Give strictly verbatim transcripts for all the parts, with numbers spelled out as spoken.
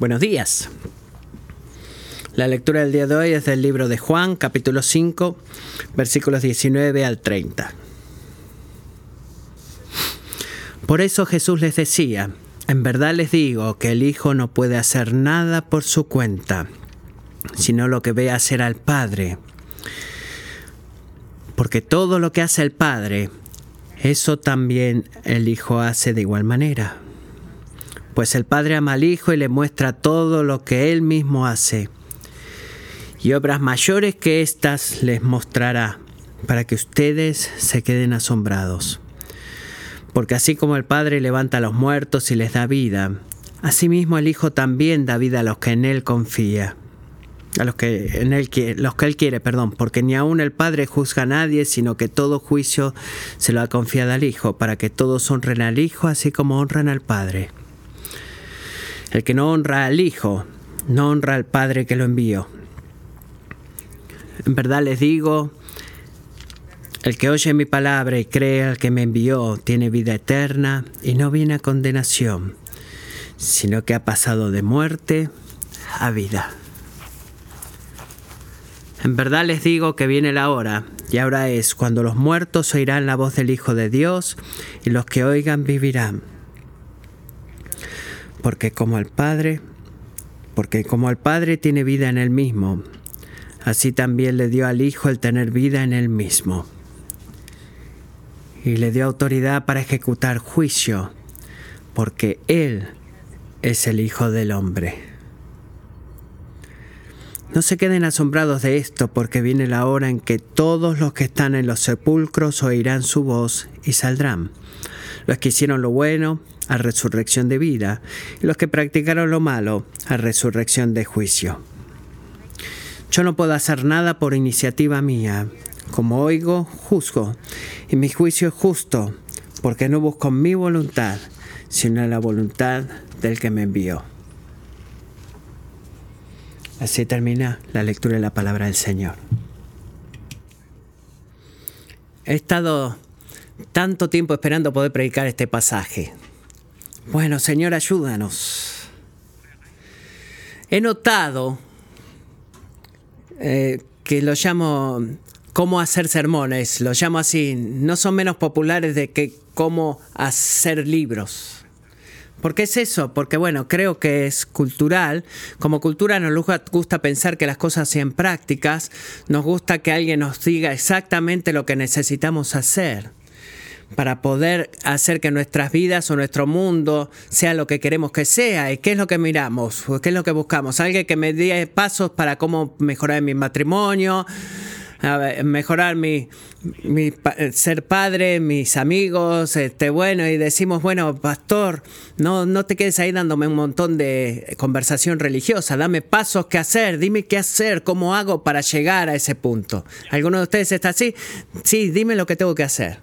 Buenos días. La lectura del día de hoy es del libro de Juan, capítulo cinco, versículos diecinueve al treinta. Por eso Jesús les decía: en verdad les digo que el Hijo no puede hacer nada por su cuenta, sino lo que ve hacer al Padre. Porque todo lo que hace el Padre, eso también el Hijo hace de igual manera. Pues el Padre ama al Hijo y le muestra todo lo que Él mismo hace. Y obras mayores que éstas les mostrará, para que ustedes se queden asombrados. Porque así como el Padre levanta a los muertos y les da vida, asimismo el Hijo también da vida a los que en Él confía. A los que en él los que Él quiere, perdón, porque ni aun el Padre juzga a nadie, sino que todo juicio se lo ha confiado al Hijo, para que todos honren al Hijo así como honran al Padre. El que no honra al Hijo, no honra al Padre que lo envió. En verdad les digo, el que oye mi palabra y cree al que me envió, tiene vida eterna y no viene a condenación, sino que ha pasado de muerte a vida. En verdad les digo que viene la hora, y ahora es, cuando los muertos oirán la voz del Hijo de Dios, y los que oigan vivirán. Porque como el Padre, porque como el Padre tiene vida en Él mismo, así también le dio al Hijo el tener vida en Él mismo. Y le dio autoridad para ejecutar juicio, porque Él es el Hijo del Hombre. No se queden asombrados de esto, porque viene la hora en que todos los que están en los sepulcros oirán su voz y saldrán. Los que hicieron lo bueno, a resurrección de vida, y los que practicaron lo malo, a resurrección de juicio. Yo no puedo hacer nada por iniciativa mía. Como oigo, juzgo, y mi juicio es justo, porque no busco mi voluntad, sino la voluntad del que me envió. Así termina la lectura de la palabra del Señor. He estado tanto tiempo esperando poder predicar este pasaje. Bueno, Señor, ayúdanos. He notado eh, que lo llamo cómo hacer sermones, lo llamo así, no son menos populares de que cómo hacer libros. ¿Por qué es eso? Porque bueno, creo que es cultural. Como cultura nos gusta pensar que las cosas sean prácticas, nos gusta que alguien nos diga exactamente lo que necesitamos hacer para poder hacer que nuestras vidas o nuestro mundo sea lo que queremos que sea. ¿Y qué es lo que miramos? ¿Qué es lo que buscamos? Alguien que me dé pasos para cómo mejorar mi matrimonio, a ver, mejorar mi, mi ser padre, mis amigos, este, bueno, y decimos, bueno, pastor, no, no te quedes ahí dándome un montón de conversación religiosa, dame pasos que hacer, dime qué hacer, cómo hago para llegar a ese punto. ¿Alguno de ustedes está así? Sí, dime lo que tengo que hacer.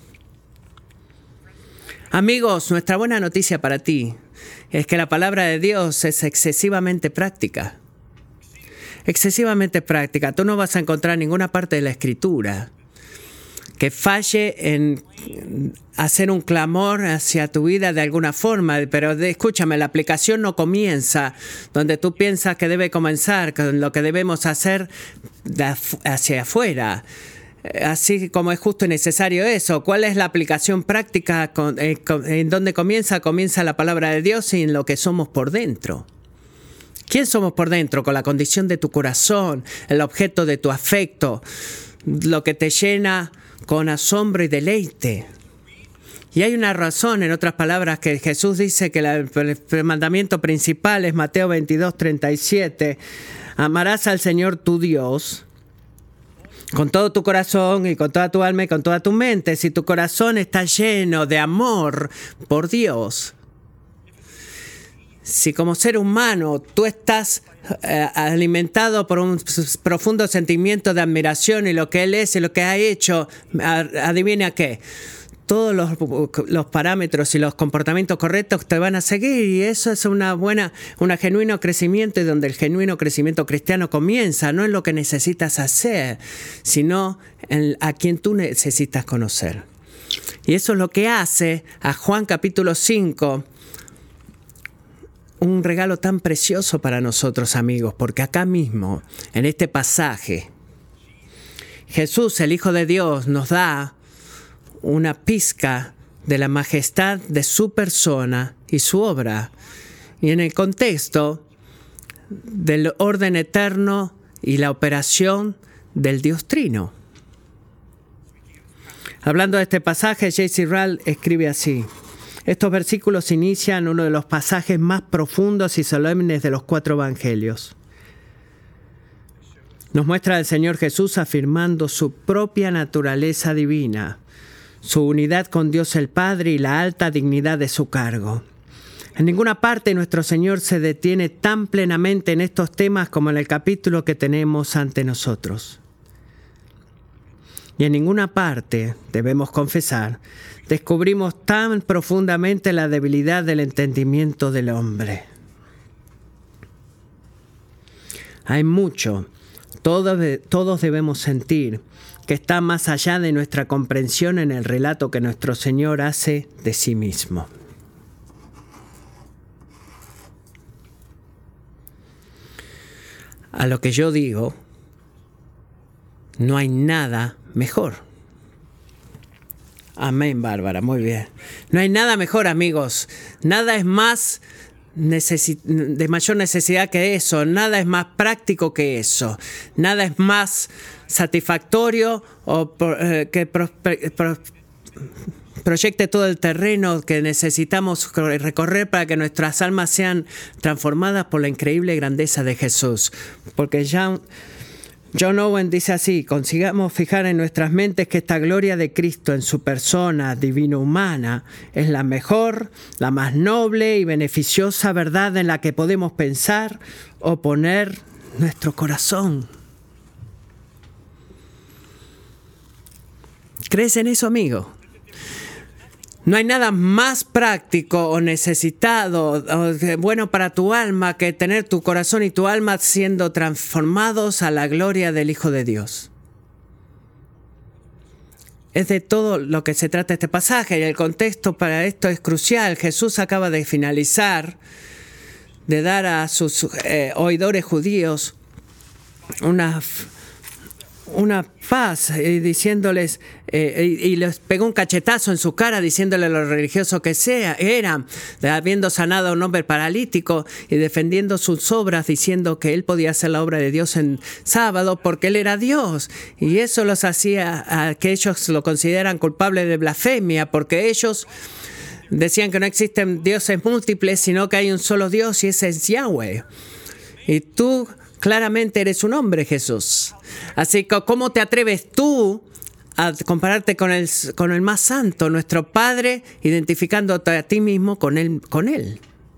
Amigos, nuestra buena noticia para ti es que la palabra de Dios es excesivamente práctica. Excesivamente práctica. Tú no vas a encontrar ninguna parte de la Escritura que falle en hacer un clamor hacia tu vida de alguna forma, pero de, escúchame, la aplicación no comienza donde tú piensas que debe comenzar, con lo que debemos hacer de hacia afuera. Así como es justo y necesario eso. ¿Cuál es la aplicación práctica? Con, eh, con, ¿En dónde comienza? Comienza la palabra de Dios y en lo que somos por dentro. ¿Quién somos por dentro? Con la condición de tu corazón, el objeto de tu afecto, lo que te llena con asombro y deleite. Y hay una razón, en otras palabras, que Jesús dice que la, el mandamiento principal es Mateo veintidós, treinta y siete. Amarás al Señor tu Dios con todo tu corazón y con toda tu alma y con toda tu mente. Si tu corazón está lleno de amor por Dios, si como ser humano tú estás eh, alimentado por un profundo sentimiento de admiración y lo que Él es y lo que ha hecho, adivina qué, todos los, los parámetros y los comportamientos correctos te van a seguir, y eso es una buena, un genuino crecimiento, y donde el genuino crecimiento cristiano comienza, no en lo que necesitas hacer, sino en a quien tú necesitas conocer. Y eso es lo que hace a Juan capítulo cinco un regalo tan precioso para nosotros, amigos, porque acá mismo, en este pasaje, Jesús, el Hijo de Dios, nos da una pizca de la majestad de su persona y su obra, y en el contexto del orden eterno y la operación del Dios Trino. Hablando de este pasaje, J C Ryle escribe así: estos versículos inician uno de los pasajes más profundos y solemnes de los cuatro evangelios. Nos muestra al Señor Jesús afirmando su propia naturaleza divina, su unidad con Dios el Padre y la alta dignidad de su cargo. En ninguna parte nuestro Señor se detiene tan plenamente en estos temas como en el capítulo que tenemos ante nosotros. Y en ninguna parte, debemos confesar, descubrimos tan profundamente la debilidad del entendimiento del hombre. Hay mucho, todos, todos debemos sentir, que está más allá de nuestra comprensión en el relato que nuestro Señor hace de sí mismo. A lo que yo digo, no hay nada mejor. Amén, Bárbara, muy bien. No hay nada mejor, amigos. Nada es más necesi- de mayor necesidad que eso. Nada es más práctico que eso. Nada es más satisfactorio o eh, que pro, pro, proyecte todo el terreno que necesitamos recorrer para que nuestras almas sean transformadas por la increíble grandeza de Jesús. Porque John, John Owen dice así: consigamos fijar en nuestras mentes que esta gloria de Cristo en su persona divino-humana es la mejor, la más noble y beneficiosa verdad en la que podemos pensar o poner nuestro corazón. ¿Crees en eso, amigo? No hay nada más práctico o necesitado o bueno para tu alma que tener tu corazón y tu alma siendo transformados a la gloria del Hijo de Dios. Es de todo lo que se trata este pasaje, y el contexto para esto es crucial. Jesús acaba de finalizar de dar a sus eh, oidores judíos una una paz, eh, diciéndoles, eh, y, y les pegó un cachetazo en su cara diciéndole lo religioso que sea, eran, habiendo sanado a un hombre paralítico y defendiendo sus obras, diciendo que él podía hacer la obra de Dios en sábado porque él era Dios. Y eso los hacía a que ellos lo consideran culpable de blasfemia, porque ellos decían que no existen dioses múltiples, sino que hay un solo Dios y ese es Yahweh. Y tú claramente eres un hombre, Jesús. Así que, ¿cómo te atreves tú a compararte con el, con el más santo, nuestro Padre, identificándote a ti mismo con él, con él?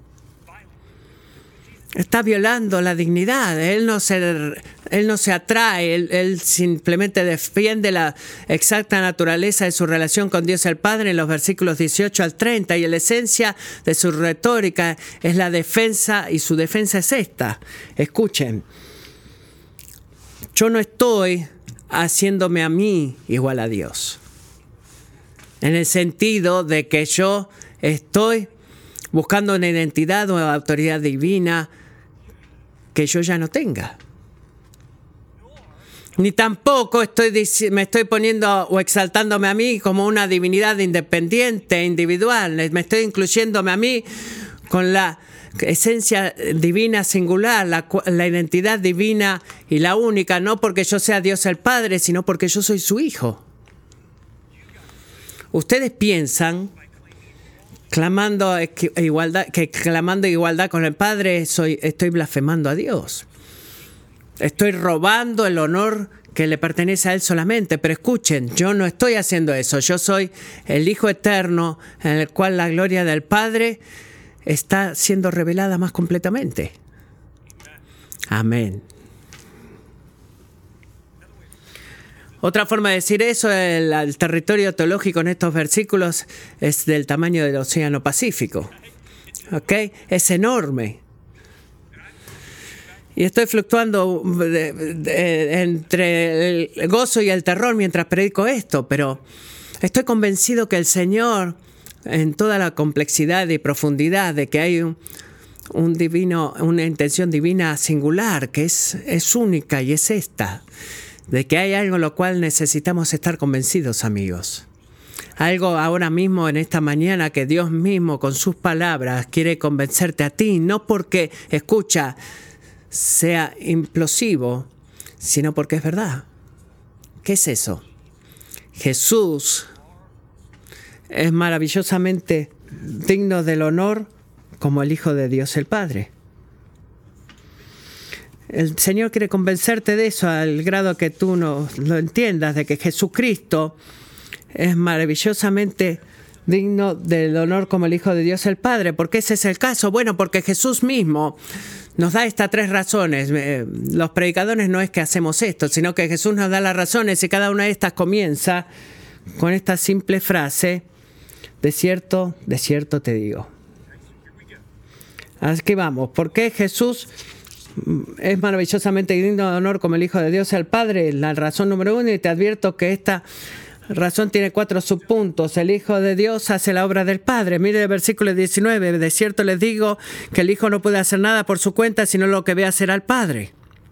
Está violando la dignidad. Él no se, él no se atrae, él, él simplemente defiende la exacta naturaleza de su relación con Dios el Padre en los versículos dieciocho al treinta, y la esencia de su retórica es la defensa, y su defensa es esta. Escuchen, yo no estoy haciéndome a mí igual a Dios, en el sentido de que yo estoy buscando una identidad o autoridad divina que yo ya no tenga. Ni tampoco estoy, me estoy poniendo o exaltándome a mí como una divinidad independiente, individual. Me estoy incluyéndome a mí con la esencia divina singular, la, la identidad divina y la única, no porque yo sea Dios el Padre, sino porque yo soy su Hijo. Ustedes piensan clamando igualdad, que clamando igualdad con el Padre soy, estoy blasfemando a Dios. Estoy robando el honor que le pertenece a Él solamente. Pero escuchen, yo no estoy haciendo eso. Yo soy el Hijo eterno en el cual la gloria del Padre está siendo revelada más completamente. Amén. Otra forma de decir eso, el, el territorio teológico en estos versículos es del tamaño del Océano Pacífico. ¿Ok? Es enorme. Y estoy fluctuando de, de, de, entre el gozo y el terror mientras predico esto, pero estoy convencido que el Señor, en toda la complejidad y profundidad de que hay un, un divino, una intención divina singular, que es, es única, y es esta, de que hay algo en lo cual necesitamos estar convencidos, amigos. Algo ahora mismo, en esta mañana, que Dios mismo con sus palabras quiere convencerte a ti, no porque, escucha, sea implosivo, sino porque es verdad. ¿Qué es eso? Jesús es maravillosamente digno del honor como el Hijo de Dios el Padre. El Señor quiere convencerte de eso al grado que tú no lo entiendas, de que Jesucristo es maravillosamente digno del honor como el Hijo de Dios el Padre. ¿Por qué ese es el caso? Bueno, porque Jesús mismo nos da estas tres razones. Los predicadores no es que hacemos esto, sino que Jesús nos da las razones, y cada una de estas comienza con esta simple frase: de cierto, de cierto te digo. Así que vamos, ¿por qué Jesús es maravillosamente digno de honor como el Hijo de Dios el Padre? La razón número uno, y te advierto que esta razón tiene cuatro subpuntos. El Hijo de Dios hace la obra del Padre. Mire el versículo diecinueve. De cierto les digo que el Hijo no puede hacer nada por su cuenta, sino lo que ve hacer al Padre.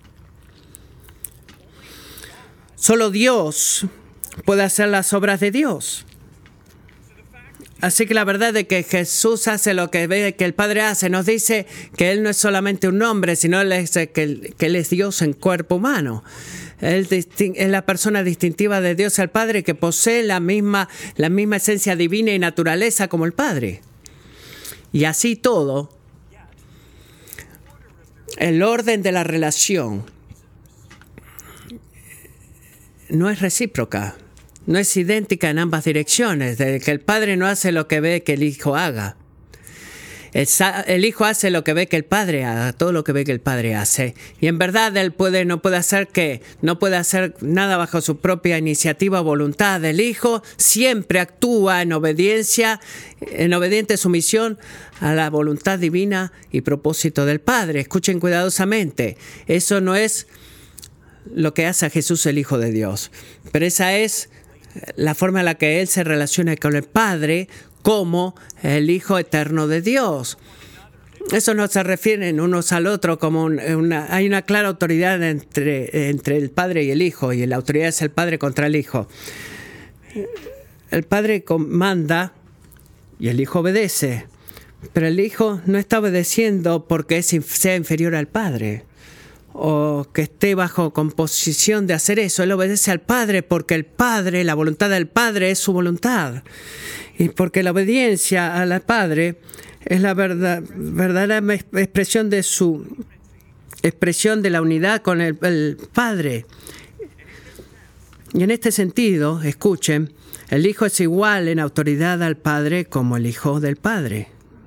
Solo Dios puede hacer las obras de Dios. Así que la verdad de que Jesús hace lo que ve que el Padre hace, nos dice que Él no es solamente un hombre, sino él es, que, él, que Él es Dios en cuerpo humano. Él es la persona distintiva de Dios el Padre, que posee la misma, la misma esencia divina y naturaleza como el Padre. Y así todo, el orden de la relación no es recíproca, no es idéntica en ambas direcciones, de que el Padre no hace lo que ve que el Hijo haga. El, el Hijo hace lo que ve que el Padre haga, todo lo que ve que el Padre hace. Y en verdad Él puede, no puede hacer que, no puede hacer nada bajo su propia iniciativa o voluntad. El Hijo siempre actúa en obediencia, en obediente sumisión a la voluntad divina y propósito del Padre. Escuchen cuidadosamente. Eso no es lo que hace a Jesús el Hijo de Dios, pero esa es la forma en la que Él se relaciona con el Padre como el Hijo eterno de Dios. Eso no se refieren unos al otro como una... Hay una clara autoridad entre, entre el Padre y el Hijo, y la autoridad es el Padre contra el Hijo. El Padre comanda y el Hijo obedece, pero el Hijo no está obedeciendo porque es, sea inferior al Padre o que esté bajo composición de hacer eso. Él obedece al Padre porque el Padre, la voluntad del Padre es su voluntad. Y porque la obediencia al Padre es la verdad, verdadera expresión de su expresión de la unidad con el, el Padre. Y en este sentido, escuchen, el Hijo es igual en autoridad al Padre como el Hijo del Padre.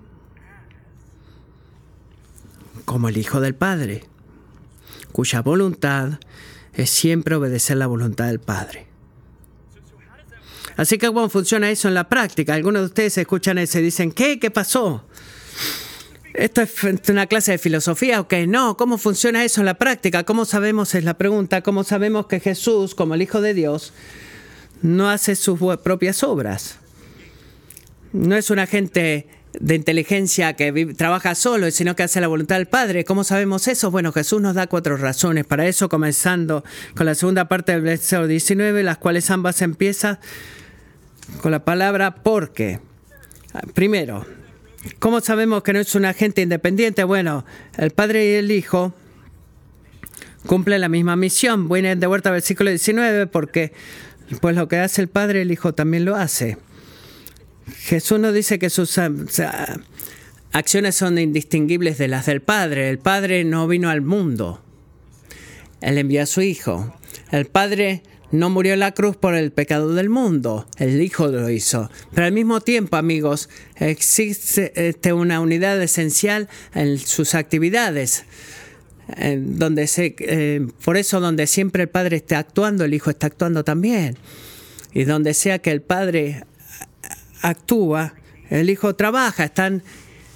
Como el Hijo del Padre, cuya voluntad es siempre obedecer la voluntad del Padre. Así que, ¿cómo funciona eso en la práctica? Algunos de ustedes escuchan eso y dicen, ¿qué? ¿Qué pasó? ¿Esto es una clase de filosofía o qué? No, ¿cómo funciona eso en la práctica? ¿Cómo sabemos, es la pregunta, cómo sabemos que Jesús, como el Hijo de Dios, no hace sus propias obras? No es un agente de inteligencia que vive, trabaja solo, sino que hace la voluntad del Padre. ¿Cómo sabemos eso? Bueno, Jesús nos da cuatro razones para eso, comenzando con la segunda parte del versículo diecinueve, las cuales ambas empiezan con la palabra porque. Primero, ¿cómo sabemos que no es un agente independiente? Bueno, el Padre y el Hijo cumplen la misma misión. Voy de vuelta al versículo diecinueve porque pues lo que hace el Padre, el Hijo también lo hace. Jesús nos dice que sus acciones son indistinguibles de las del Padre. El Padre no vino al mundo. Él envió a su Hijo. El Padre no murió en la cruz por el pecado del mundo. El Hijo lo hizo. Pero al mismo tiempo, amigos, existe una unidad esencial en sus actividades. En donde se, eh, por eso, donde siempre el Padre está actuando, el Hijo está actuando también. Y donde sea que el Padre actúa, el Hijo trabaja. Están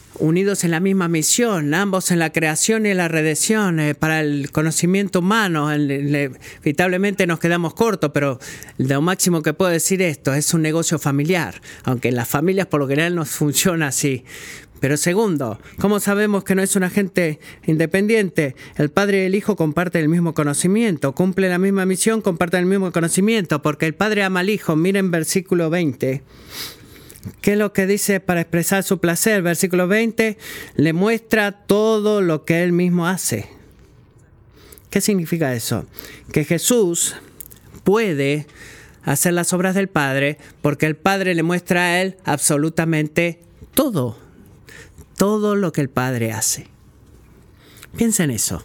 unidos en la misma misión, ambos en la creación y en la redención. Eh, para el conocimiento humano, el, el, inevitablemente nos quedamos cortos, pero lo máximo que puedo decir esto, es un negocio familiar, aunque en las familias por lo general no funciona así. Pero segundo, ¿cómo sabemos que no es un agente independiente? El Padre y el Hijo comparten el mismo conocimiento, cumplen la misma misión, comparten el mismo conocimiento, porque el Padre ama al Hijo. Miren versículo veinte. ¿Qué es lo que dice para expresar su placer? Versículo veinte, le muestra todo lo que Él mismo hace. ¿Qué significa eso? Que Jesús puede hacer las obras del Padre porque el Padre le muestra a Él absolutamente todo. Todo lo que el Padre hace. Piensa en eso.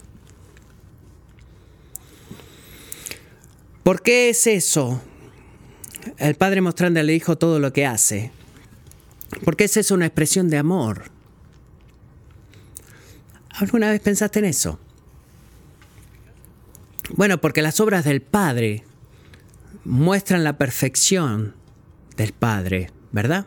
¿Por qué es eso? El Padre mostrando al Hijo todo lo que hace. ¿Por qué es eso una expresión de amor? ¿Alguna vez pensaste en eso? Bueno, porque las obras del Padre muestran la perfección del Padre, ¿verdad?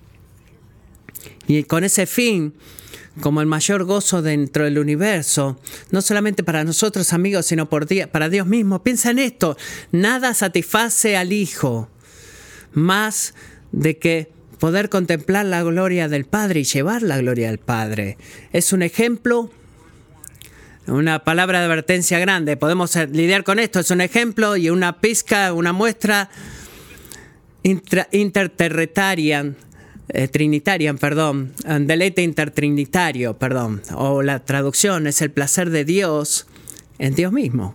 Y con ese fin, como el mayor gozo dentro del universo, no solamente para nosotros amigos, sino por Dios, para Dios mismo. Piensa en esto, nada satisface al Hijo más de que poder contemplar la gloria del Padre y llevar la gloria al Padre. Es un ejemplo, una palabra de advertencia grande, podemos lidiar con esto, es un ejemplo y una pizca, una muestra intra, interterretaria, Eh, Trinitarian, perdón, deleite intertrinitario, perdón, o la traducción es el placer de Dios en Dios mismo.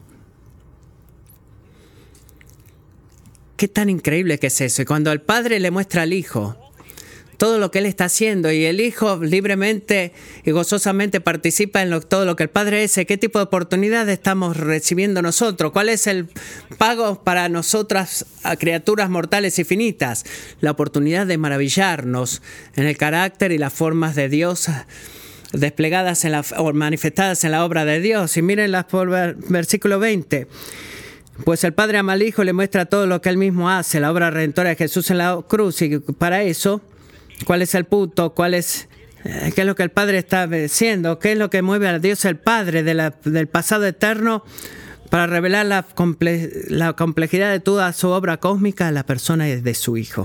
Qué tan increíble que es eso. Y cuando el Padre le muestra al Hijo todo lo que Él está haciendo y el Hijo libremente y gozosamente participa en lo, todo lo que el Padre hace, ¿qué tipo de oportunidad estamos recibiendo nosotros? ¿Cuál es el pago para nosotras, criaturas mortales y finitas? La oportunidad de maravillarnos en el carácter y las formas de Dios desplegadas en la, o manifestadas en la obra de Dios. Y miren las por versículo veinte. Pues el Padre ama al Hijo y le muestra todo lo que Él mismo hace, la obra redentora de Jesús en la cruz. Y para eso, ¿cuál es el punto? ¿Cuál es, eh, ¿Qué es lo que el Padre está haciendo? ¿Qué es lo que mueve a Dios el Padre de la, del pasado eterno para revelar la, comple la complejidad de toda su obra cósmica a la persona de su Hijo?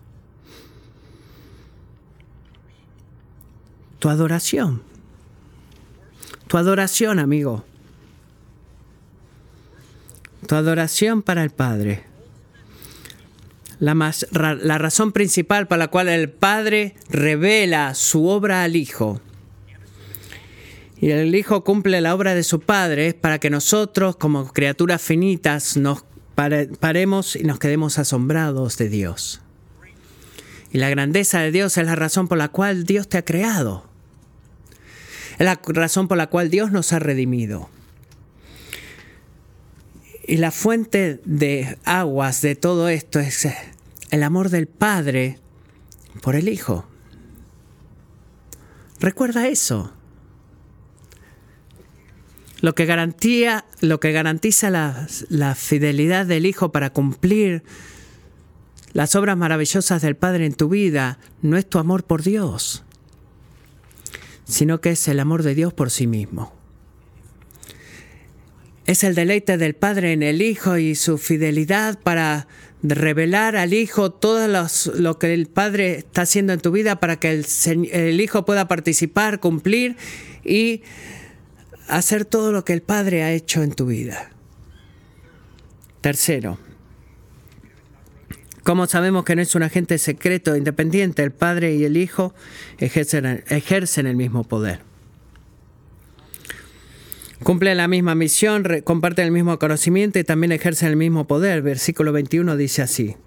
Tu adoración. Tu adoración, amigo. Tu adoración para el Padre. La, más, ra, la razón principal para la cual el Padre revela su obra al Hijo y el Hijo cumple la obra de su Padre es para que nosotros, como criaturas finitas, nos pare, paremos y nos quedemos asombrados de Dios. Y la grandeza de Dios es la razón por la cual Dios te ha creado. Es la razón por la cual Dios nos ha redimido. Y la fuente de aguas de todo esto es el amor del Padre por el Hijo. Recuerda eso. Lo que garantía, lo que garantiza la, la fidelidad del Hijo para cumplir las obras maravillosas del Padre en tu vida no es tu amor por Dios, sino que es el amor de Dios por sí mismo. Es el deleite del Padre en el Hijo y su fidelidad para revelar al Hijo todo los, lo que el Padre está haciendo en tu vida para que el, el Hijo pueda participar, cumplir y hacer todo lo que el Padre ha hecho en tu vida. Tercero, ¿cómo sabemos que no es un agente secreto independiente? El Padre y el Hijo ejercen, ejercen el mismo poder. Cumplen la misma misión, comparten el mismo conocimiento y también ejercen el mismo poder. Versículo veintiuno dice así.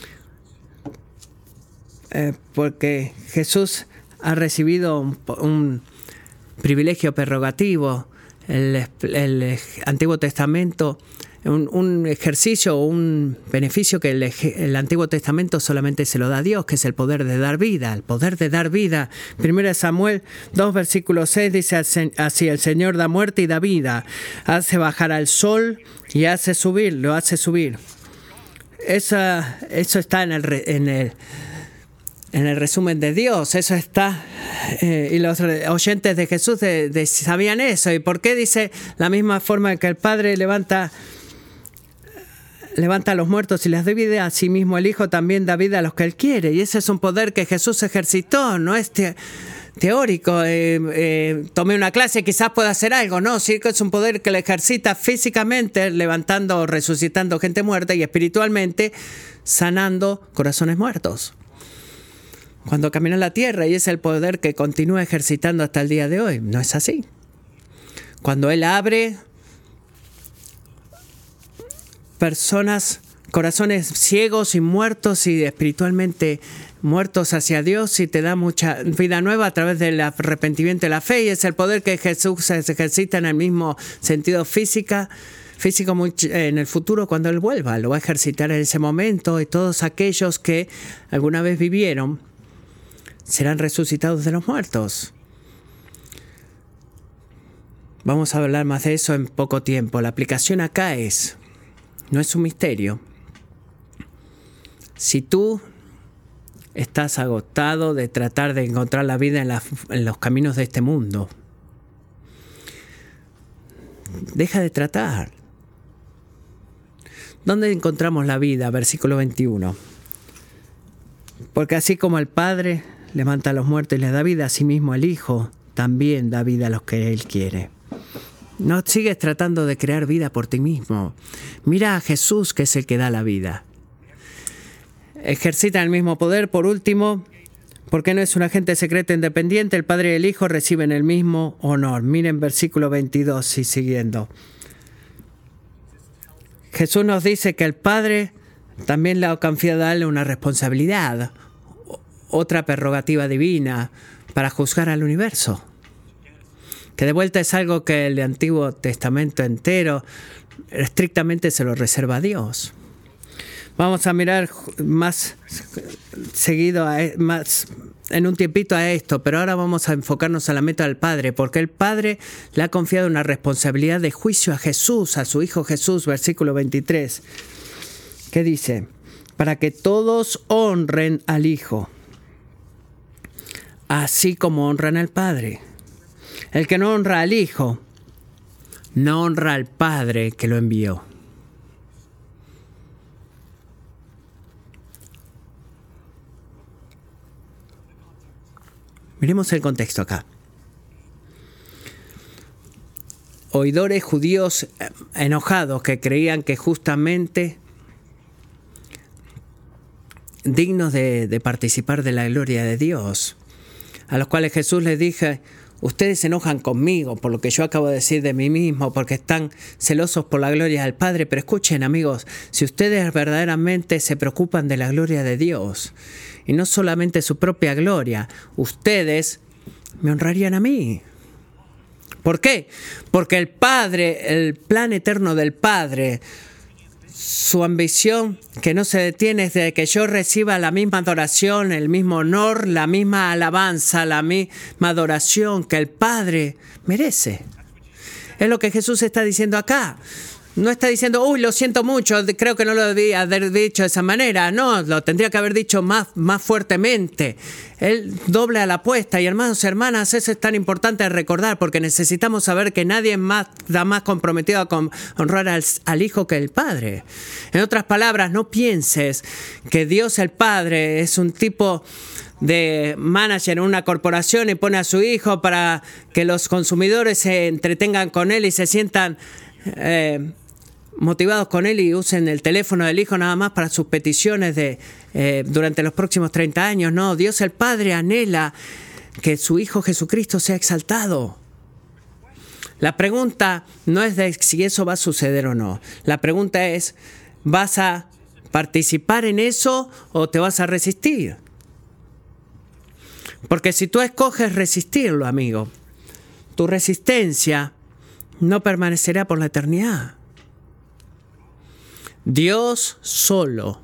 Eh, porque Jesús ha recibido un, un privilegio prerrogativo. El, el Antiguo Testamento, un, un ejercicio o un beneficio que el, el Antiguo Testamento solamente se lo da a Dios, que es el poder de dar vida, el poder de dar vida. Primera de Samuel dos, versículo seis dice así: el Señor da muerte y da vida, hace bajar al sol y hace subir, lo hace subir. Esa, eso está en el, en el en el resumen de Dios. Eso está, eh, y los oyentes de Jesús de, de, sabían eso. ¿Y por qué dice la misma forma que el Padre levanta, levanta a los muertos y les da vida, a sí mismo el Hijo también da vida a los que Él quiere? Y ese es un poder que Jesús ejercitó, no es te, teórico. Eh, eh, tomé una clase, quizás pueda hacer algo. No, sí que es un poder que le ejercita físicamente, levantando o resucitando gente muerta, y espiritualmente sanando corazones muertos cuando camina en la tierra, y es el poder que continúa ejercitando hasta el día de hoy. ¿No es así? Cuando Él abre personas, corazones ciegos y muertos y espiritualmente muertos hacia Dios, y te da mucha vida nueva a través del arrepentimiento y la fe, y es el poder que Jesús se ejercita en el mismo sentido física, físico muy, en el futuro cuando Él vuelva. Lo va a ejercitar en ese momento, y todos aquellos que alguna vez vivieron serán resucitados de los muertos. Vamos a hablar más de eso en poco tiempo. La aplicación acá es, no es un misterio. Si tú estás agotado de tratar de encontrar la vida en, la, en los caminos de este mundo, deja de tratar. ¿Dónde encontramos la vida? Versículo veintiuno. Porque así como el Padre levanta a los muertos y les da vida, a sí mismo el Hijo también da vida a los que Él quiere. No sigues tratando de crear vida por ti mismo. Mira a Jesús, que es el que da la vida. Ejercita el mismo poder. Por último, porque no es un agente secreto independiente, el Padre y el Hijo reciben el mismo honor. Miren versículo veintidós y siguiendo. Jesús nos dice que el Padre también le ha confiado a darle una responsabilidad, otra prerrogativa divina para juzgar al universo. Que de vuelta es algo que el Antiguo Testamento entero estrictamente se lo reserva a Dios. Vamos a mirar más seguido, a, más en un tiempito a esto, pero ahora vamos a enfocarnos a la meta del Padre, porque el Padre le ha confiado una responsabilidad de juicio a Jesús, a su Hijo Jesús, versículo veintitrés. ¿Qué dice? Para que todos honren al Hijo, así como honran al Padre. El que no honra al Hijo, no honra al Padre que lo envió. Miremos el contexto acá. Oidores judíos enojados que creían que justamente dignos de, de participar de la gloria de Dios, a los cuales Jesús les dijo: ustedes se enojan conmigo por lo que yo acabo de decir de mí mismo, porque están celosos por la gloria del Padre. Pero escuchen, amigos, si ustedes verdaderamente se preocupan de la gloria de Dios, y no solamente su propia gloria, ustedes me honrarían a mí. ¿Por qué? Porque el Padre, el plan eterno del Padre, su ambición que no se detiene es de que yo reciba la misma adoración, el mismo honor, la misma alabanza, la misma adoración que el Padre merece. Es lo que Jesús está diciendo acá. No está diciendo, uy, lo siento mucho, creo que no lo debía haber dicho de esa manera. No, lo tendría que haber dicho más, más fuertemente. Él dobla la apuesta. Y hermanos y hermanas, eso es tan importante de recordar, porque necesitamos saber que nadie más está más comprometido a honrar al, al Hijo que el Padre. En otras palabras, no pienses que Dios el Padre es un tipo de manager en una corporación y pone a su Hijo para que los consumidores se entretengan con Él y se sientan Eh, motivados con Él y usen el teléfono del Hijo nada más para sus peticiones de eh, durante los próximos treinta años. No, Dios el Padre anhela que su Hijo Jesucristo sea exaltado. La pregunta no es de si eso va a suceder o no. La pregunta es, ¿vas a participar en eso o te vas a resistir? Porque si tú escoges resistirlo, amigo, tu resistencia no permanecerá por la eternidad. Dios solo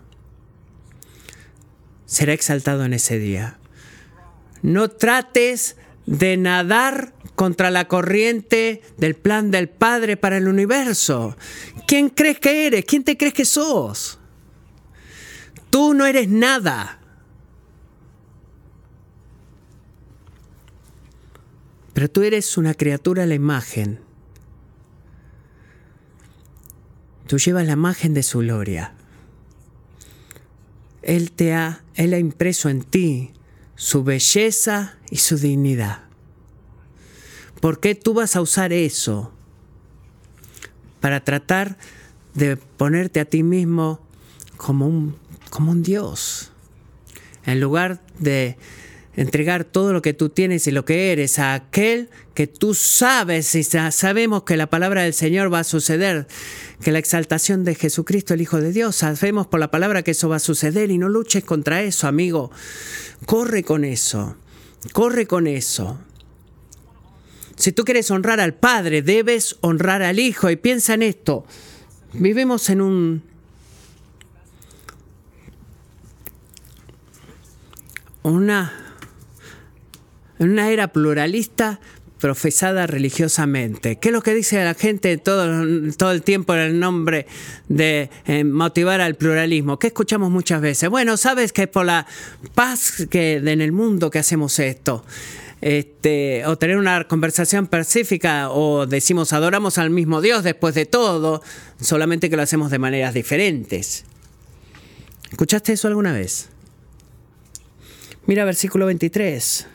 será exaltado en ese día. No trates de nadar contra la corriente del plan del Padre para el universo. ¿Quién crees que eres? ¿Quién te crees que sos? Tú no eres nada. Pero tú eres una criatura a la imagen. Tú llevas la imagen de su gloria. Él te ha, Él ha impreso en ti su belleza y su dignidad. ¿Por qué tú vas a usar eso para tratar de ponerte a ti mismo como un, como un Dios? En lugar de entregar todo lo que tú tienes y lo que eres a aquel que tú sabes y sabemos que la palabra del Señor va a suceder, que la exaltación de Jesucristo, el Hijo de Dios, sabemos por la palabra que eso va a suceder y no luches contra eso, amigo. Corre con eso, corre con eso. Si tú quieres honrar al Padre, debes honrar al Hijo. Y piensa en esto, vivimos en un... una... en una era pluralista profesada religiosamente. ¿Qué es lo que dice la gente todo, todo el tiempo en el nombre de eh, motivar al pluralismo? ¿Qué escuchamos muchas veces? Bueno, sabes que es por la paz que en el mundo que hacemos esto. Este, o tener una conversación pacífica, o decimos adoramos al mismo Dios después de todo, solamente que lo hacemos de maneras diferentes. ¿Escuchaste eso alguna vez? Mira versículo veintitrés.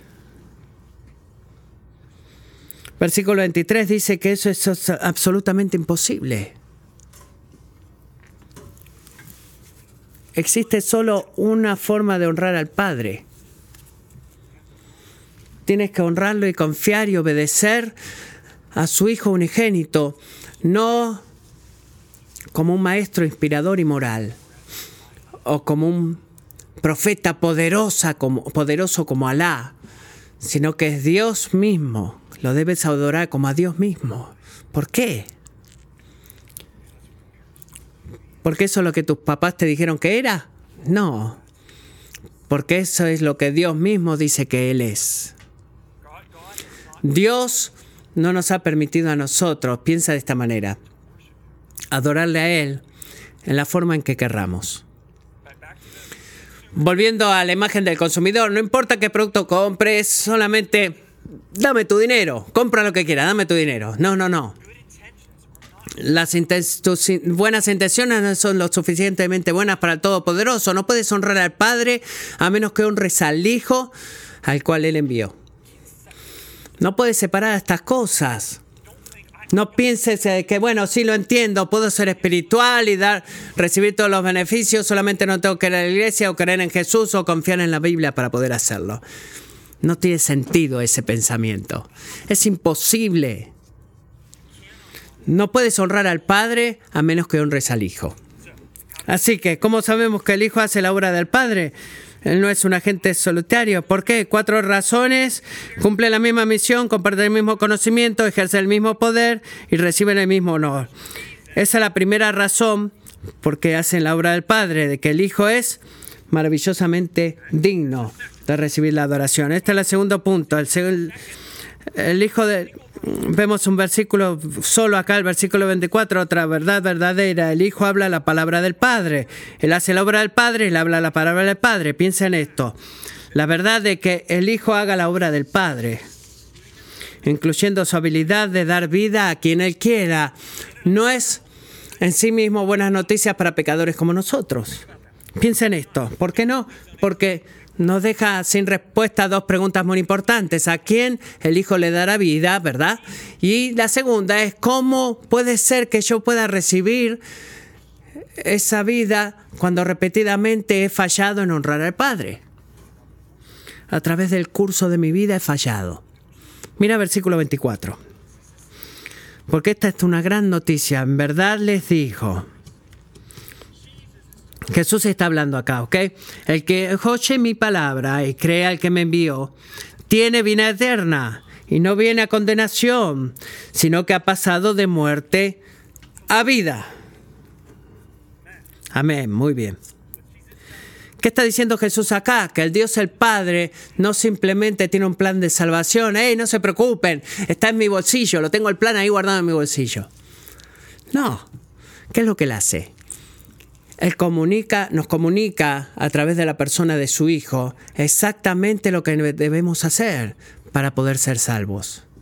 Versículo veintitrés dice que eso es absolutamente imposible. Existe solo una forma de honrar al Padre. Tienes que honrarlo y confiar y obedecer a su Hijo unigénito, no como un maestro inspirador y moral, o como un profeta poderosa como, poderoso como Alá, sino que es Dios mismo. Lo debes adorar como a Dios mismo. ¿Por qué? ¿Porque eso es lo que tus papás te dijeron que era? No. Porque eso es lo que Dios mismo dice que Él es. Dios no nos ha permitido a nosotros, piensa de esta manera, adorarle a Él en la forma en que querramos. Volviendo a la imagen del consumidor, no importa qué producto compres, solamente dame tu dinero, compra lo que quieras, dame tu dinero. No, no, no. Las inten- tus in- buenas intenciones no son lo suficientemente buenas para el Todopoderoso. No puedes honrar al Padre a menos que honres al Hijo al cual Él envió. No puedes separar estas cosas. No pienses que, bueno, sí lo entiendo, puedo ser espiritual y dar, recibir todos los beneficios, solamente no tengo que ir a la iglesia o creer en Jesús o confiar en la Biblia para poder hacerlo. No tiene sentido ese pensamiento. Es imposible. No puedes honrar al Padre a menos que honres al Hijo. Así que, ¿cómo sabemos que el Hijo hace la obra del Padre? Él no es un agente solitario. ¿Por qué? Cuatro razones. Cumple la misma misión, comparte el mismo conocimiento, ejerce el mismo poder y recibe el mismo honor. Esa es la primera razón por qué hacen la obra del Padre, de que el Hijo es maravillosamente digno de recibir la adoración. Este es el segundo punto. El, el, el Hijo de... Vemos un versículo solo acá, el versículo veinticuatro, otra verdad verdadera. El Hijo habla la palabra del Padre. Él hace la obra del Padre y él habla la palabra del Padre. Piensa en esto. La verdad de que el Hijo haga la obra del Padre, incluyendo su habilidad de dar vida a quien Él quiera, no es en sí mismo buenas noticias para pecadores como nosotros. Piensa en esto. ¿Por qué no? Porque nos deja sin respuesta dos preguntas muy importantes. ¿A quién el Hijo le dará vida, verdad? Y la segunda es, ¿cómo puede ser que yo pueda recibir esa vida cuando repetidamente he fallado en honrar al Padre? A través del curso de mi vida he fallado. Mira versículo veinticuatro. Porque esta es una gran noticia. En verdad les dijo... Jesús está hablando acá, ¿ok? El que oye mi palabra y cree al que me envió, tiene vida eterna y no viene a condenación, sino que ha pasado de muerte a vida. Amén, muy bien. ¿Qué está diciendo Jesús acá? Que el Dios el Padre no simplemente tiene un plan de salvación. ¡Ey, no se preocupen! Está en mi bolsillo, lo tengo el plan ahí guardado en mi bolsillo. No. ¿Qué es lo que Él hace? Él comunica, nos comunica a través de la persona de su Hijo exactamente lo que debemos hacer para poder ser salvos.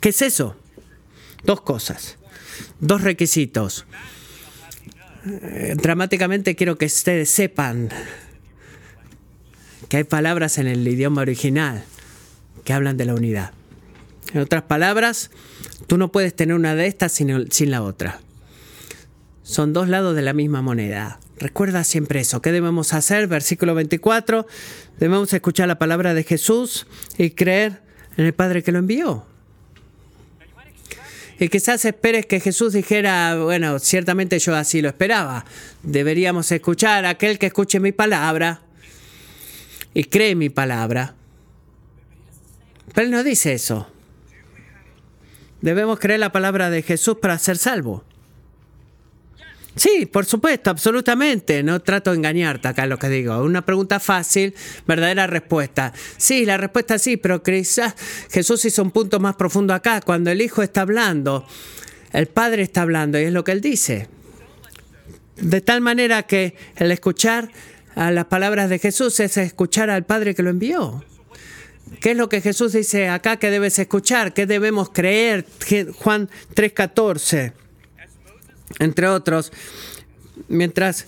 ¿Qué es eso? Dos cosas, dos requisitos. Eh, dramáticamente quiero que ustedes sepan que hay palabras en el idioma original que hablan de la unidad. En otras palabras, tú no puedes tener una de estas sin, sin la otra. Son dos lados de la misma moneda. Recuerda siempre eso. ¿Qué debemos hacer? Versículo veinticuatro. Debemos escuchar la palabra de Jesús y creer en el Padre que lo envió. Y quizás esperes que Jesús dijera, bueno, ciertamente yo así lo esperaba. Deberíamos escuchar a aquel que escuche mi palabra y cree mi palabra. Pero él no dice eso. Debemos creer la palabra de Jesús para ser salvos. Sí, por supuesto, absolutamente. No trato de engañarte acá en lo que digo. Una pregunta fácil, verdadera respuesta. Sí, la respuesta sí, pero quizás Jesús hizo un punto más profundo acá. Cuando el Hijo está hablando, el Padre está hablando y es lo que Él dice. De tal manera que el escuchar a las palabras de Jesús es escuchar al Padre que lo envió. ¿Qué es lo que Jesús dice acá que debes escuchar? ¿Qué debemos creer? Juan tres catorce. Entre otros, mientras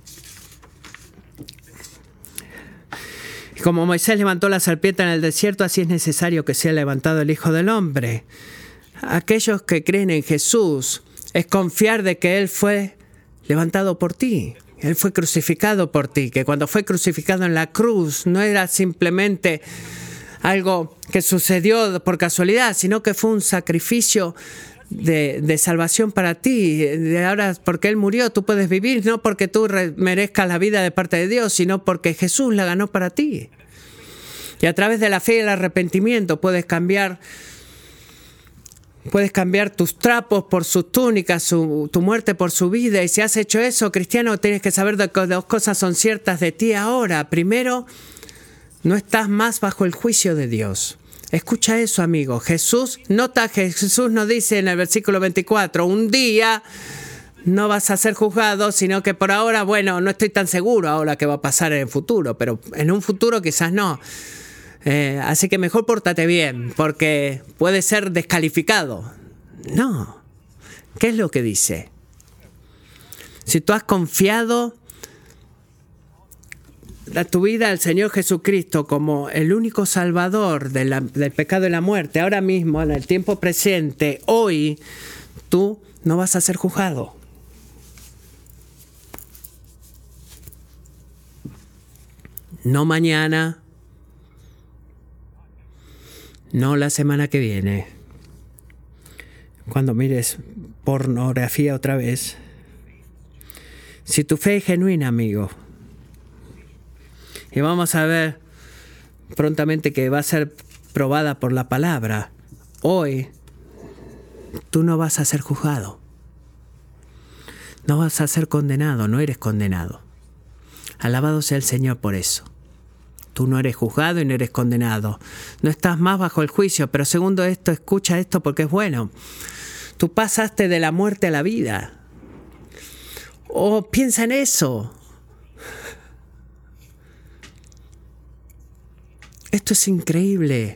como Moisés levantó la serpiente en el desierto, así es necesario que sea levantado el Hijo del Hombre. Aquellos que creen en Jesús es confiar de que Él fue levantado por ti. Él fue crucificado por ti, que cuando fue crucificado en la cruz no era simplemente algo que sucedió por casualidad, sino que fue un sacrificio De, de salvación para ti. De ahora, porque Él murió, tú puedes vivir, no porque tú merezcas la vida de parte de Dios, sino porque Jesús la ganó para ti. Y a través de la fe y el arrepentimiento puedes cambiar, puedes cambiar tus trapos por sus túnicas, su, tu muerte por su vida. Y si has hecho eso, cristiano, tienes que saber de que dos cosas son ciertas de ti ahora. Primero, no estás más bajo el juicio de Dios. Escucha eso, amigo. Jesús, nota que Jesús nos dice en el versículo veinticuatro, un día no vas a ser juzgado, sino que por ahora, bueno, no estoy tan seguro ahora qué va a pasar en el futuro, pero en un futuro quizás no. Eh, así que mejor pórtate bien, porque puede ser descalificado. No. ¿Qué es lo que dice? Si tú has confiado a tu vida al Señor Jesucristo como el único salvador de la, del pecado y la muerte, ahora mismo, en el tiempo presente, hoy, tú no vas a ser juzgado. No mañana, no la semana que viene. Cuando mires pornografía otra vez. Si tu fe es genuina, amigo, y vamos a ver prontamente que va a ser probada por la palabra, hoy tú no vas a ser juzgado. No vas a ser condenado, no eres condenado. Alabado sea el Señor por eso. Tú no eres juzgado y no eres condenado. No estás más bajo el juicio, pero segundo esto, escucha esto porque es bueno. Tú pasaste de la muerte a la vida. Oh, piensa en eso. Esto es increíble.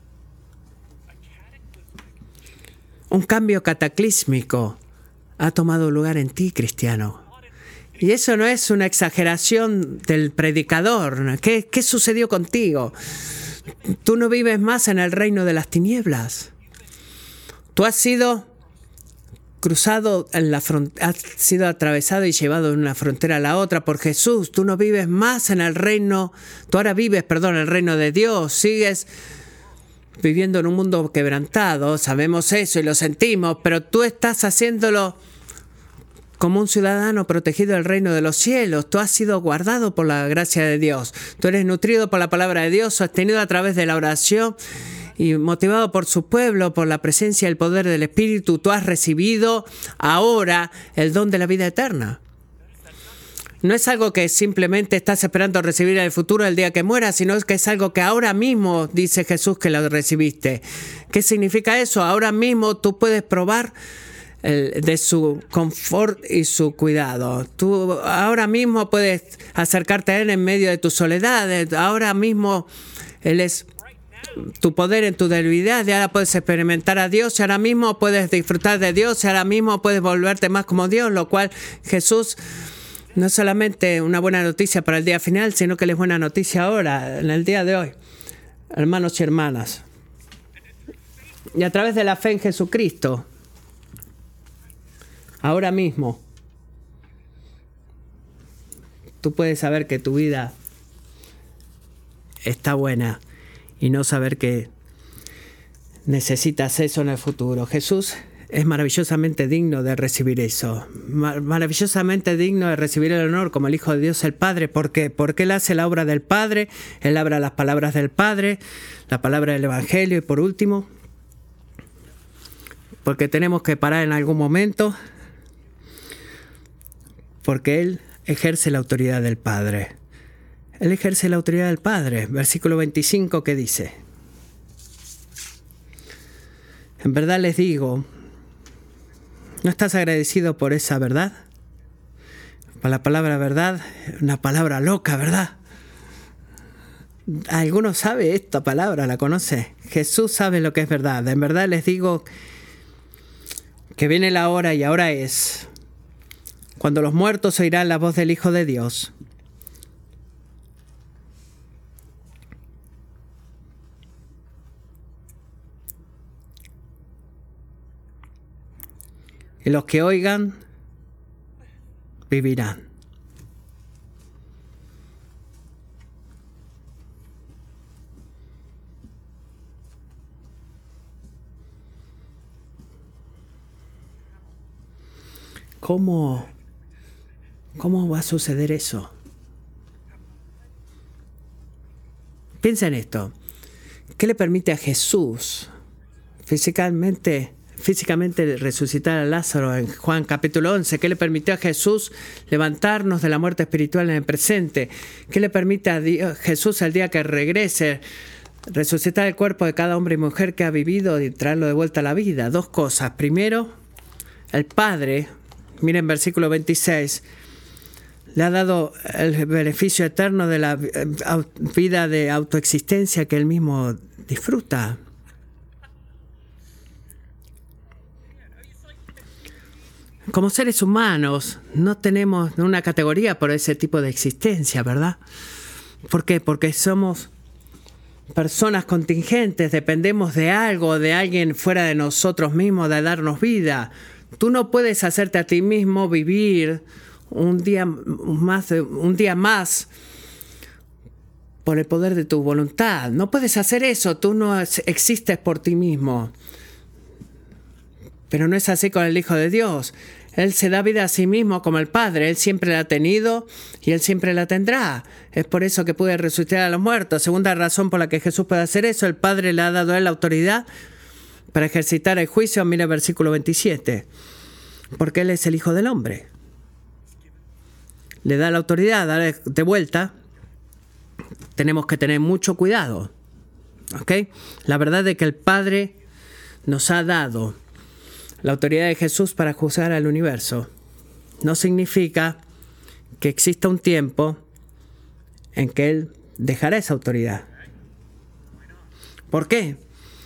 Un cambio cataclísmico ha tomado lugar en ti, cristiano. Y eso no es una exageración del predicador. ¿Qué, qué sucedió contigo? Tú no vives más en el reino de las tinieblas. Tú has sido cruzado en la frontera, has sido atravesado y llevado de una frontera a la otra por Jesús. Tú no vives más en el reino, tú ahora vives, perdón, en el reino de Dios. Sigues viviendo en un mundo quebrantado, sabemos eso y lo sentimos, pero tú estás haciéndolo como un ciudadano protegido del reino de los cielos. Tú has sido guardado por la gracia de Dios. Tú eres nutrido por la palabra de Dios, sostenido a través de la oración y motivado por su pueblo, por la presencia y el poder del Espíritu. Tú has recibido ahora el don de la vida eterna. No es algo que simplemente estás esperando recibir en el futuro el día que mueras, sino que es algo que ahora mismo dice Jesús que lo recibiste. ¿Qué significa eso? Ahora mismo tú puedes probar el, de su confort y su cuidado. Tú ahora mismo puedes acercarte a Él en medio de tu soledad. Ahora mismo Él es tu poder en tu debilidad, y ahora puedes experimentar a Dios, y ahora mismo puedes disfrutar de Dios, y ahora mismo puedes volverte más como Dios, lo cual Jesús no es solamente una buena noticia para el día final, sino que es buena noticia ahora, en el día de hoy, hermanos y hermanas. Y a través de la fe en Jesucristo, ahora mismo, tú puedes saber que tu vida está buena y no saber que necesitas eso en el futuro. Jesús es maravillosamente digno de recibir eso, Mar- maravillosamente digno de recibir el honor como el Hijo de Dios el Padre. ¿Por qué? Porque Él hace la obra del Padre, Él habla las palabras del Padre, la palabra del Evangelio, y por último, porque tenemos que parar en algún momento, porque Él ejerce la autoridad del Padre. Él ejerce la autoridad del Padre. Versículo veinticinco, ¿qué dice? En verdad les digo, ¿no estás agradecido por esa verdad? Por la palabra verdad, una palabra loca, ¿verdad? ¿Alguno sabe esta palabra? ¿La conoce? Jesús sabe lo que es verdad. En verdad les digo que viene la hora, y ahora es, cuando los muertos oirán la voz del Hijo de Dios. Y los que oigan, vivirán. ¿Cómo, cómo va a suceder eso? Piensa en esto. ¿Qué le permite a Jesús físicamente, físicamente resucitar a Lázaro en Juan capítulo once? ¿Qué le permitió a Jesús levantarnos de la muerte espiritual en el presente? ¿Qué le permite a Dios, Jesús el día que regrese, resucitar el cuerpo de cada hombre y mujer que ha vivido y traerlo de vuelta a la vida? Dos cosas. Primero, el Padre, miren versículo veintiséis, le ha dado el beneficio eterno de la vida de autoexistencia que Él mismo disfruta. Como seres humanos no tenemos una categoría por ese tipo de existencia, ¿verdad? ¿Por qué? Porque somos personas contingentes, dependemos de algo, de alguien fuera de nosotros mismos, de darnos vida. Tú no puedes hacerte a ti mismo vivir un día más, un día más por el poder de tu voluntad. No puedes hacer eso, tú no existes por ti mismo. Pero no es así con el Hijo de Dios. Él se da vida a sí mismo como el Padre. Él siempre la ha tenido y Él siempre la tendrá. Es por eso que puede resucitar a los muertos. Segunda razón por la que Jesús puede hacer eso, el Padre le ha dado a Él la autoridad para ejercitar el juicio. Mira el versículo veintisiete. Porque Él es el Hijo del Hombre. Le da la autoridad, dale de vuelta. Tenemos que tener mucho cuidado. ¿Ok? La verdad es que el Padre nos ha dado la autoridad de Jesús para juzgar al universo. No significa que exista un tiempo en que Él dejará esa autoridad. ¿Por qué?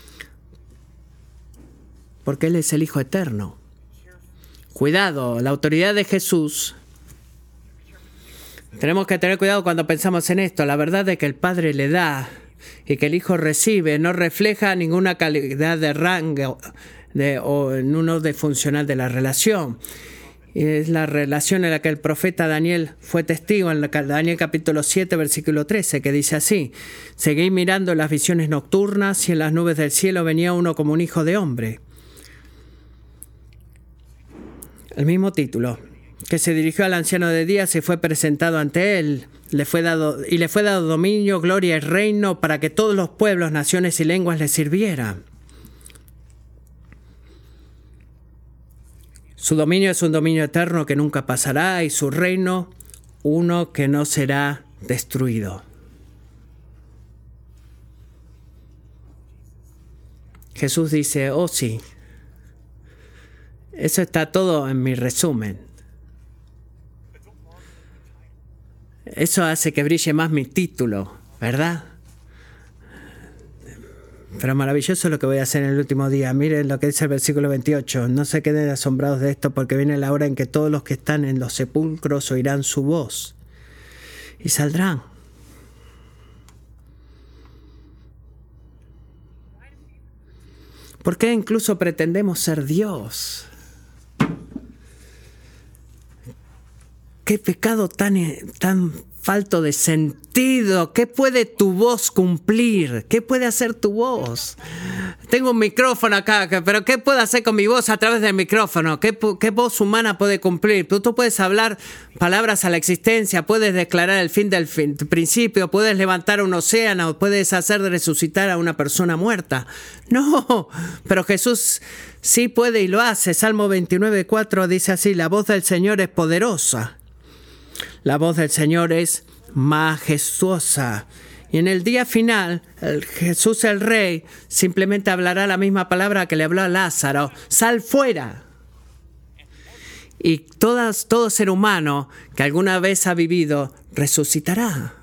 Porque Él es el Hijo eterno. Cuidado, la autoridad de Jesús. Tenemos que tener cuidado cuando pensamos en esto. La verdad es que el Padre le da y que el Hijo recibe no refleja ninguna calidad de rango de, o en un orden funcional de la relación. Y es la relación en la que el profeta Daniel fue testigo en Daniel capítulo siete, versículo trece, que dice así: seguí mirando las visiones nocturnas y en las nubes del cielo venía uno como un hijo de hombre. El mismo título, que se dirigió al anciano de días y fue presentado ante él, le fue dado, y le fue dado dominio, gloria y reino para que todos los pueblos, naciones y lenguas le sirvieran. Su dominio es un dominio eterno que nunca pasará y su reino uno que no será destruido. Jesús dice, oh sí, eso está todo en mi resumen. Eso hace que brille más mi título, ¿verdad? Pero maravilloso lo que voy a hacer en el último día. Miren lo que dice el versículo veintiocho. No se queden asombrados de esto, porque viene la hora en que todos los que están en los sepulcros oirán su voz y saldrán. ¿Por qué incluso pretendemos ser Dios? ¿Qué pecado tan, tan falto de sentido? ¿Qué puede tu voz cumplir? ¿Qué puede hacer tu voz? Tengo un micrófono acá, pero ¿qué puedo hacer con mi voz a través del micrófono? ¿Qué, qué voz humana puede cumplir? Tú, tú puedes hablar palabras a la existencia, puedes declarar el fin del fin, principio, puedes levantar un océano, puedes hacer resucitar a una persona muerta. No, pero Jesús sí puede y lo hace. Salmo veintinueve, cuatro dice así: la voz del Señor es poderosa. La voz del Señor es majestuosa. Y en el día final, el Jesús el Rey simplemente hablará la misma palabra que le habló a Lázaro: sal fuera. Y todas, todo ser humano que alguna vez ha vivido resucitará.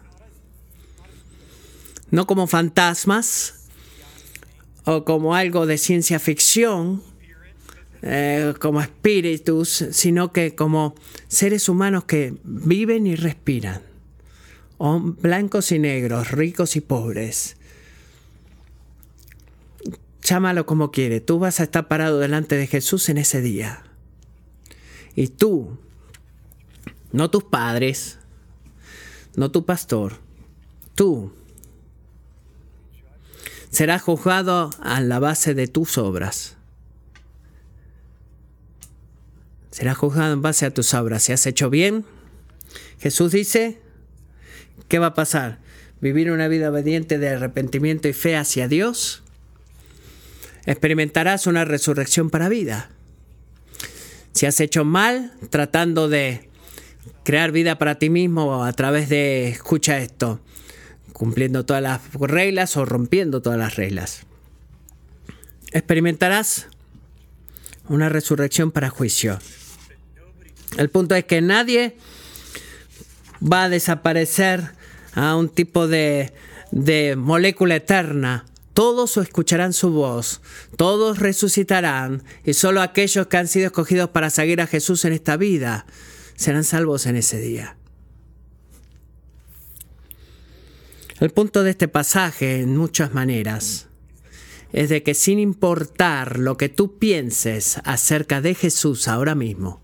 No como fantasmas o como algo de ciencia ficción, Eh, como espíritus, sino que como seres humanos que viven y respiran, o blancos y negros, ricos y pobres. Llámalo como quiere. Tú vas a estar parado delante de Jesús en ese día. Y tú, no tus padres, no tu pastor, tú serás juzgado a la base de tus obras. Serás juzgado en base a tus obras. Si has hecho bien, Jesús dice, ¿qué va a pasar? Vivir una vida obediente de arrepentimiento y fe hacia Dios. Experimentarás una resurrección para vida. Si has hecho mal, tratando de crear vida para ti mismo a través de, escucha esto, cumpliendo todas las reglas o rompiendo todas las reglas, experimentarás una resurrección para juicio. El punto es que nadie va a desaparecer a un tipo de, de molécula eterna. Todos escucharán su voz, todos resucitarán, y solo aquellos que han sido escogidos para seguir a Jesús en esta vida serán salvos en ese día. El punto de este pasaje, en muchas maneras, es de que sin importar lo que tú pienses acerca de Jesús ahora mismo,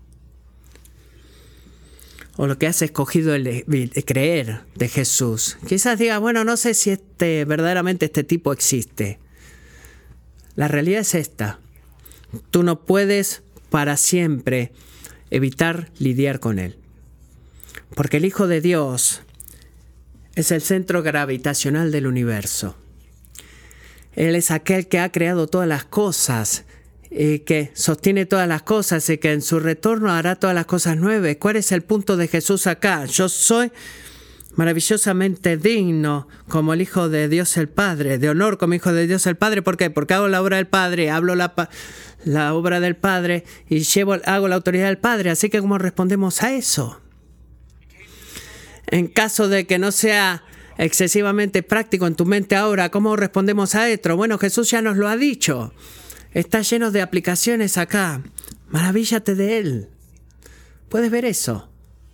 o lo que has escogido el, el creer de Jesús, quizás digas, bueno, no sé si este, verdaderamente este tipo existe. La realidad es esta: tú no puedes para siempre evitar lidiar con él, porque el Hijo de Dios es el centro gravitacional del universo. Él es aquel que ha creado todas las cosas y que sostiene todas las cosas y que en su retorno hará todas las cosas nuevas. ¿Cuál es el punto de Jesús acá? Yo soy maravillosamente digno como el Hijo de Dios el Padre, de honor como Hijo de Dios el Padre. ¿Por qué? Porque hago la obra del Padre, hablo la, la obra del Padre y llevo, hago la autoridad del Padre. Así que ¿cómo respondemos a eso? En caso de que no sea excesivamente práctico en tu mente ahora, ¿cómo respondemos a esto? Bueno, Jesús ya nos lo ha dicho. Está lleno de aplicaciones acá. Maravíllate de él. ¿Puedes ver eso?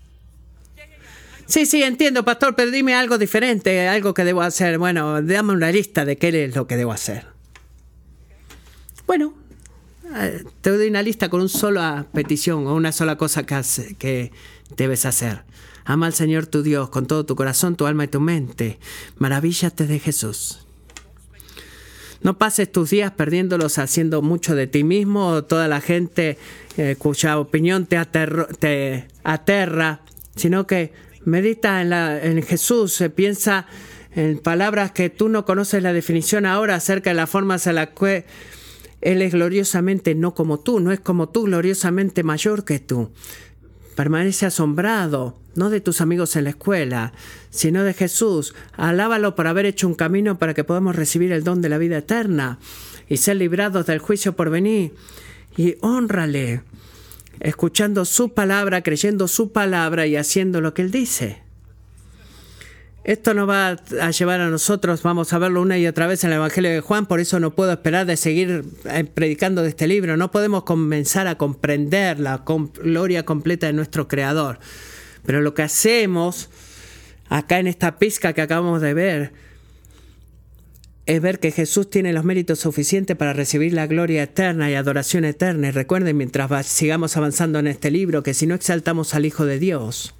Sí, sí, entiendo, pastor, pero dime algo diferente, algo que debo hacer. Bueno, dame una lista de qué es lo que debo hacer. Bueno, te doy una lista con una sola petición o una sola cosa que, hace, que debes hacer. Ama al Señor tu Dios con todo tu corazón, tu alma y tu mente. Maravíllate de Jesús. No pases tus días perdiéndolos haciendo mucho de ti mismo o toda la gente eh, cuya opinión te, aterro, te aterra, sino que medita en, la, en Jesús, eh, piensa en palabras que tú no conoces la definición ahora acerca de las formas en las que Él es gloriosamente no como tú, no es como tú, gloriosamente mayor que tú. Permanece asombrado, no de tus amigos en la escuela, sino de Jesús. Alábalo por haber hecho un camino para que podamos recibir el don de la vida eterna y ser librados del juicio por venir. Y hónrale, escuchando su palabra, creyendo su palabra y haciendo lo que Él dice. Esto nos va a llevar a nosotros, vamos a verlo una y otra vez en el Evangelio de Juan, por eso no puedo esperar de seguir predicando de este libro. No podemos comenzar a comprender la gloria completa de nuestro Creador. Pero lo que hacemos acá en esta pizca que acabamos de ver es ver que Jesús tiene los méritos suficientes para recibir la gloria eterna y adoración eterna. Y recuerden, mientras va, sigamos avanzando en este libro, que si no exaltamos al Hijo de Dios,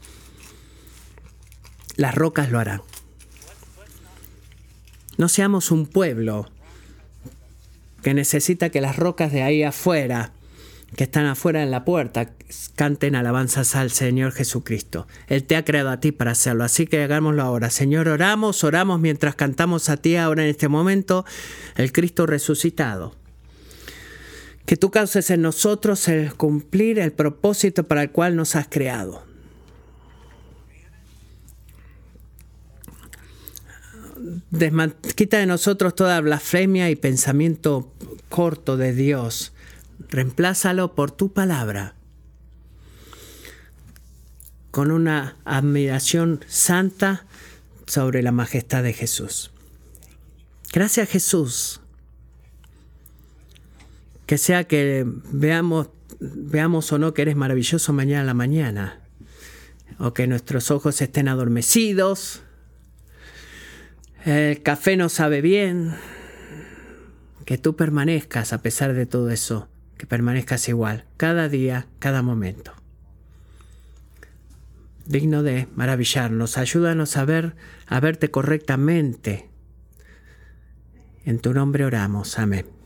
las rocas lo harán. No seamos un pueblo que necesita que las rocas de ahí afuera, que están afuera en la puerta, canten alabanzas al Señor Jesucristo. Él te ha creado a ti para hacerlo, así que hagámoslo ahora. Señor, oramos, oramos mientras cantamos a ti ahora en este momento, el Cristo resucitado. Que tú causes en nosotros el cumplir el propósito para el cual nos has creado. Desman- quita de nosotros toda blasfemia y pensamiento corto de Dios. Reemplázalo por tu palabra, con una admiración santa sobre la majestad de Jesús. Gracias, Jesús. Que sea que veamos, veamos o no que eres maravilloso mañana a la mañana, o que nuestros ojos estén adormecidos, el café no sabe bien, que tú permanezcas a pesar de todo eso, que permanezcas igual, cada día, cada momento. Digno de maravillarnos, ayúdanos a ver, a verte correctamente. En tu nombre oramos, amén.